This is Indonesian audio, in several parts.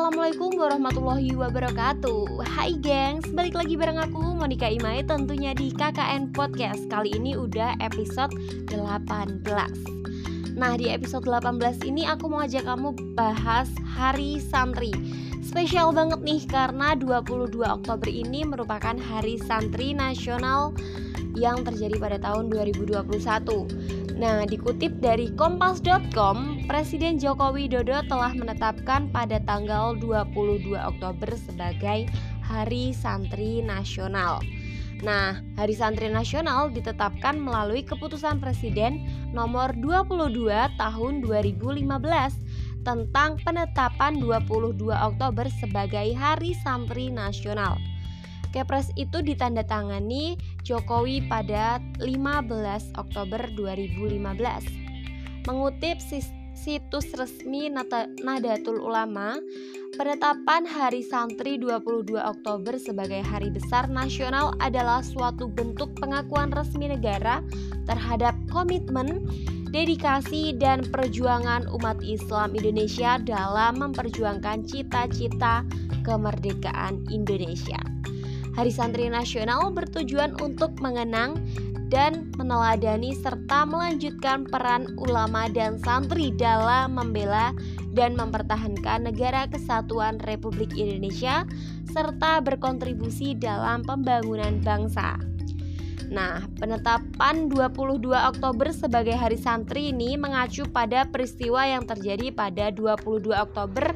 Assalamualaikum warahmatullahi wabarakatuh. Hai gengs, balik lagi bareng aku Monica Imai tentunya di KKN Podcast. Kali ini udah episode 18. Nah, di episode 18 ini aku mau ajak kamu bahas Hari Santri. Spesial banget nih karena 22 Oktober ini merupakan Hari Santri Nasional yang terjadi pada tahun 2021. Nah, dikutip dari kompas.com, Presiden Joko Widodo telah menetapkan pada tanggal 22 Oktober sebagai Hari Santri Nasional. Nah, Hari Santri Nasional ditetapkan melalui keputusan Presiden nomor 22 tahun 2015 tentang penetapan 22 Oktober sebagai Hari Santri Nasional. Kepres itu ditandatangani Jokowi pada 15 Oktober 2015. Mengutip situs resmi Nahdlatul Ulama, penetapan Hari Santri 22 Oktober sebagai Hari Besar Nasional adalah suatu bentuk pengakuan resmi negara terhadap komitmen, dedikasi, dan perjuangan umat Islam Indonesia dalam memperjuangkan cita-cita kemerdekaan Indonesia. Hari Santri Nasional bertujuan untuk mengenang dan meneladani serta melanjutkan peran ulama dan santri dalam membela dan mempertahankan negara kesatuan Republik Indonesia serta berkontribusi dalam pembangunan bangsa. Nah, penetapan 22 Oktober sebagai Hari Santri ini mengacu pada peristiwa yang terjadi pada 22 Oktober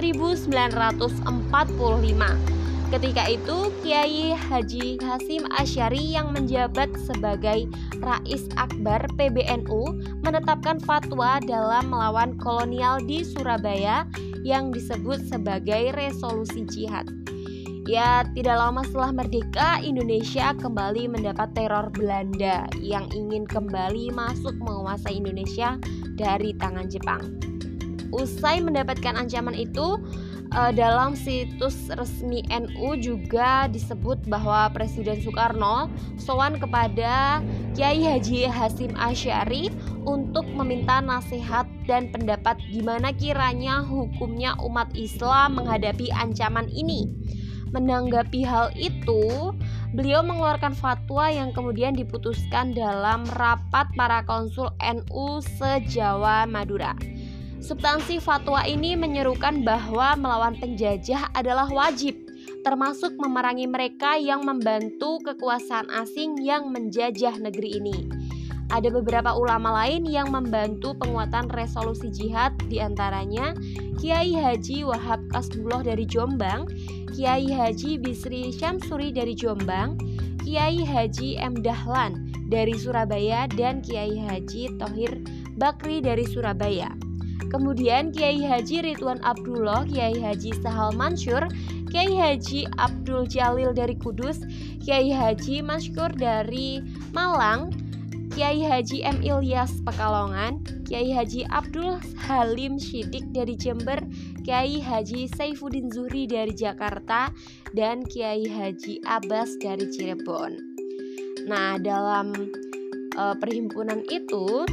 1945. Ketika itu, Kiai Haji Hasyim Asy'ari yang menjabat sebagai Rais Akbar PBNU menetapkan fatwa dalam melawan kolonial di Surabaya yang disebut sebagai Resolusi Jihad. Ya, tidak lama setelah merdeka, Indonesia kembali mendapat teror Belanda yang ingin kembali masuk menguasai Indonesia dari tangan Jepang. Usai mendapatkan ancaman itu, dalam situs resmi NU juga disebut bahwa Presiden Soekarno sowan kepada Kiai Haji Hasyim Asy'ari untuk meminta nasihat dan pendapat gimana kiranya hukumnya umat Islam menghadapi ancaman ini. Menanggapi hal itu, beliau mengeluarkan fatwa yang kemudian diputuskan dalam rapat para konsul NU se-Jawa Madura. Substansi fatwa ini menyerukan bahwa melawan penjajah adalah wajib, termasuk memerangi mereka yang membantu kekuasaan asing yang menjajah negeri ini. Ada beberapa ulama lain yang membantu penguatan resolusi jihad, diantaranya Kiai Haji Wahab Kasbullah dari Jombang, Kiai Haji Bisri Syamsuri dari Jombang, Kiai Haji M. Dahlan dari Surabaya, dan Kiai Haji Thohir Bakri dari Surabaya. Kemudian Kiai Haji Ridwan Abdullah, Kiai Haji Sahal Mansur, Kiai Haji Abdul Jalil dari Kudus, Kiai Haji Masykur dari Malang, Kiai Haji M. Ilyas Pekalongan, Kiai Haji Abdul Halim Syidik dari Jember, Kiai Haji Saifuddin Zuhri dari Jakarta, dan Kiai Haji Abbas dari Cirebon. Nah, dalam perhimpunan itu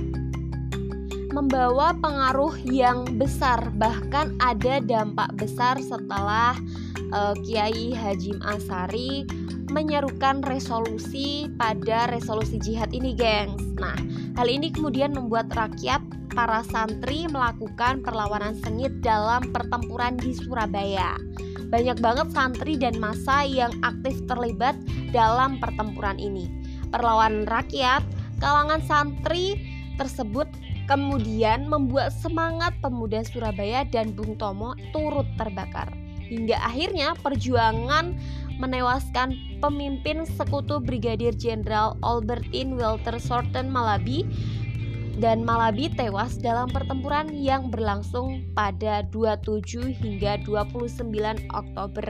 membawa pengaruh yang besar, bahkan ada dampak besar setelah Kiai Hasyim Asy'ari menyerukan resolusi pada resolusi jihad ini, gengs. Nah, hal ini kemudian membuat rakyat, para santri melakukan perlawanan sengit dalam pertempuran di Surabaya. Banyak banget santri dan massa yang aktif terlibat dalam pertempuran ini. Perlawanan rakyat kalangan santri tersebut kemudian membuat semangat pemuda Surabaya dan Bung Tomo turut terbakar. Hingga akhirnya perjuangan menewaskan pemimpin sekutu Brigadir Jenderal Albertine Walter Shorten Malabi, dan Malabi tewas dalam pertempuran yang berlangsung pada 27 hingga 29 Oktober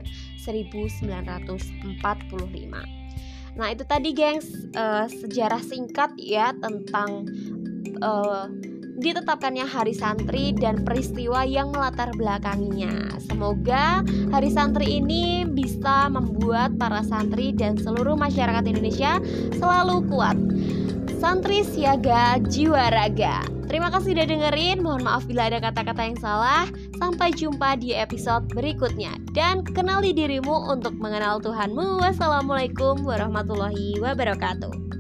1945. Nah, itu tadi gengs, sejarah singkat ya tentang ditetapkannya Hari Santri dan peristiwa yang melatar belakanginya. Semoga Hari Santri ini bisa membuat para santri dan seluruh masyarakat Indonesia selalu kuat. Santri siaga jiwa raga. Terima kasih udah dengerin. Mohon maaf bila ada kata-kata yang salah. Sampai jumpa di episode berikutnya. Dan kenali dirimu untuk mengenal Tuhanmu. Wassalamualaikum warahmatullahi wabarakatuh.